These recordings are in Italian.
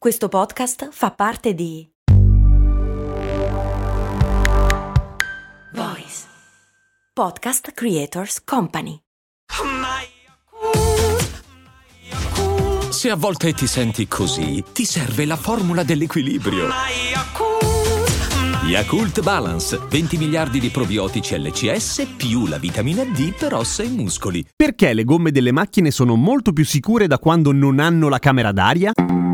Questo podcast fa parte di Voice Podcast Creators Company. Se a volte ti senti così, ti serve la formula dell'equilibrio. Yakult Balance, 20 miliardi di probiotici LCS più la vitamina D per ossa e muscoli. Perché le gomme delle macchine sono molto più sicure da quando non hanno la camera d'aria?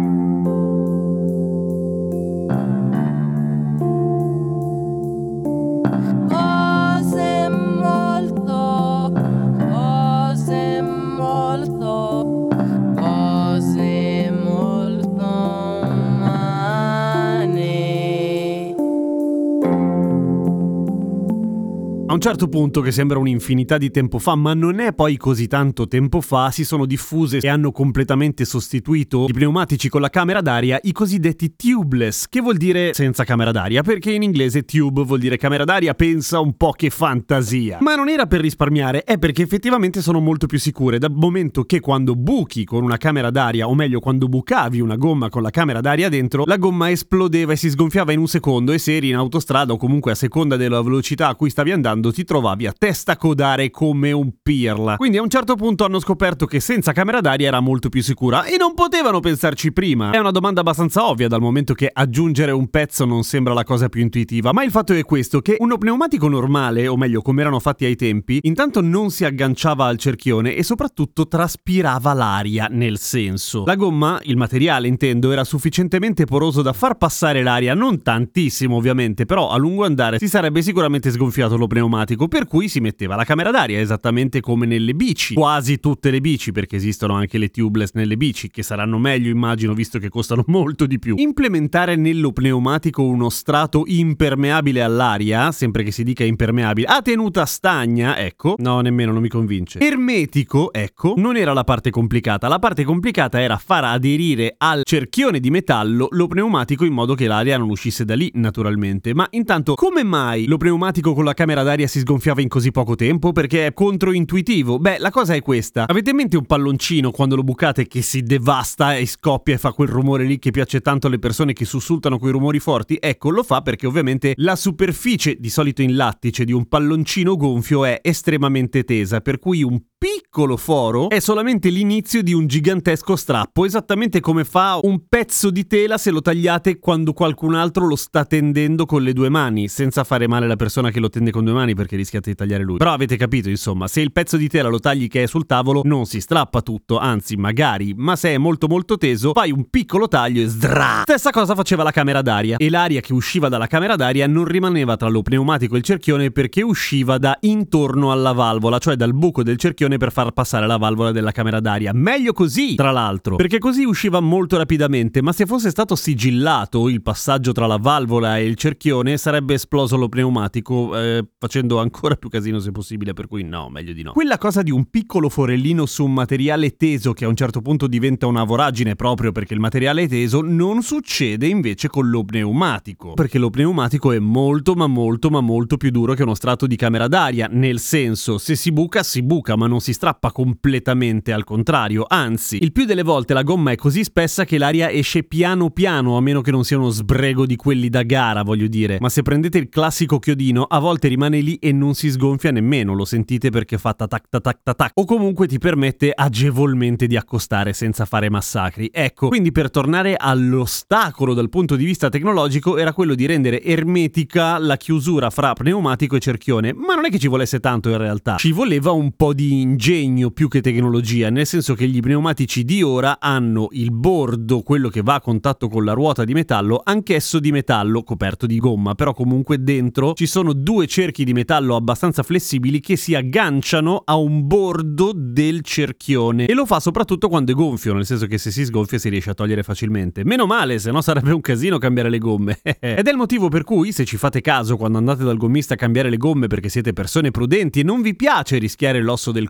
A un certo punto, che sembra un'infinità di tempo fa, ma non è poi così tanto tempo fa, si sono diffuse e hanno completamente sostituito i pneumatici con la camera d'aria, i cosiddetti tubeless, che vuol dire senza camera d'aria, perché in inglese tube vuol dire camera d'aria, pensa un po' che fantasia. Ma non era per risparmiare, è perché effettivamente sono molto più sicure, dal momento che quando buchi con una camera d'aria, o meglio quando bucavi una gomma con la camera d'aria dentro, la gomma esplodeva e si sgonfiava in un secondo, e se eri in autostrada o comunque a seconda della velocità a cui stavi andando ti trovavi a testa codare come un pirla. Quindi a un certo punto hanno scoperto che senza camera d'aria era molto più sicura e non potevano pensarci prima. È una domanda abbastanza ovvia, dal momento che aggiungere un pezzo non sembra la cosa più intuitiva, ma il fatto è questo, che uno pneumatico normale, o meglio come erano fatti ai tempi, intanto non si agganciava al cerchione e soprattutto traspirava l'aria, nel senso, la gomma, il materiale intendo, era sufficientemente poroso da far passare l'aria, non tantissimo ovviamente, però a lungo andare si sarebbe sicuramente sgonfiato lo pneumatico, per cui si metteva la camera d'aria, esattamente come nelle bici, quasi tutte le bici, perché esistono anche le tubeless nelle bici, che saranno meglio immagino visto che costano molto di più. Implementare nello pneumatico uno strato impermeabile all'aria, sempre che si dica impermeabile, a tenuta stagna, ecco, no nemmeno non mi convince, ermetico, ecco, non era la parte complicata. La parte complicata era far aderire al cerchione di metallo lo pneumatico in modo che l'aria non uscisse da lì, naturalmente. Ma intanto, come mai lo pneumatico con la camera d'aria si sgonfiava in così poco tempo? Perché è controintuitivo. Beh, la cosa è questa. Avete in mente un palloncino quando lo bucate che si devasta e scoppia e fa quel rumore lì che piace tanto alle persone che sussultano quei rumori forti? Ecco, lo fa perché ovviamente la superficie, di solito in lattice, di un palloncino gonfio è estremamente tesa, per cui un piccolo foro è solamente l'inizio di un gigantesco strappo, esattamente come fa un pezzo di tela se lo tagliate quando qualcun altro lo sta tendendo con le due mani, senza fare male alla persona che lo tende con due mani perché rischiate di tagliare lui. Però avete capito, insomma, se il pezzo di tela lo tagli che è sul tavolo non si strappa tutto, anzi magari, ma se è molto molto teso fai un piccolo taglio e sdra! Stessa cosa faceva la camera d'aria, e l'aria che usciva dalla camera d'aria non rimaneva tra lo pneumatico e il cerchione perché usciva da intorno alla valvola, cioè dal buco del cerchione per far passare la valvola della camera d'aria. Meglio così, tra l'altro, perché così usciva molto rapidamente, ma se fosse stato sigillato il passaggio tra la valvola e il cerchione sarebbe esploso lo pneumatico, facendo ancora più casino se possibile, per cui no, meglio di no. Quella cosa di un piccolo forellino su un materiale teso che a un certo punto diventa una voragine proprio perché il materiale è teso non succede invece con lo pneumatico, perché lo pneumatico è molto ma molto più duro che uno strato di camera d'aria, nel senso, se si buca ma non si strappa completamente, al contrario, anzi, il più delle volte la gomma è così spessa che l'aria esce piano piano, a meno che non sia uno sbrego di quelli da gara, voglio dire. Ma se prendete il classico chiodino, a volte rimane lì e non si sgonfia nemmeno, lo sentite perché fa tac tac tac tac, o comunque ti permette agevolmente di accostare senza fare massacri. Ecco, quindi per tornare all'ostacolo dal punto di vista tecnologico era quello di rendere ermetica la chiusura fra pneumatico e cerchione, ma non è che ci volesse tanto in realtà, ci voleva un po' di ingegno più che tecnologia, nel senso che gli pneumatici di ora hanno il bordo, quello che va a contatto con la ruota di metallo, anch'esso di metallo coperto di gomma, però comunque dentro ci sono due cerchi di metallo abbastanza flessibili che si agganciano a un bordo del cerchione, e lo fa soprattutto quando è gonfio, nel senso che se si sgonfia si riesce a togliere facilmente. Meno male, se no sarebbe un casino cambiare le gomme. Ed è il motivo per cui, se ci fate caso quando andate dal gommista a cambiare le gomme perché siete persone prudenti e non vi piace rischiare l'osso del corpo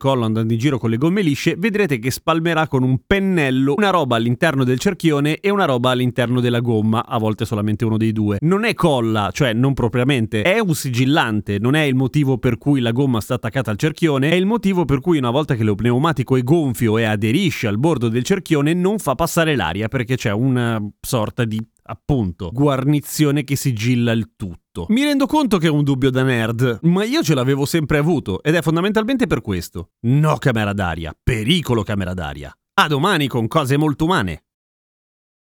collo andando in giro con le gomme lisce, vedrete che spalmerà con un pennello una roba all'interno del cerchione e una roba all'interno della gomma, a volte solamente uno dei due. Non è colla, cioè non propriamente, è un sigillante, non è il motivo per cui la gomma sta attaccata al cerchione, è il motivo per cui una volta che lo pneumatico è gonfio e aderisce al bordo del cerchione non fa passare l'aria, perché c'è una sorta di, appunto, guarnizione che sigilla il tutto. Mi rendo conto che è un dubbio da nerd, ma io ce l'avevo sempre avuto ed è fondamentalmente per questo. No camera d'aria, pericolo camera d'aria. A domani con cose molto umane.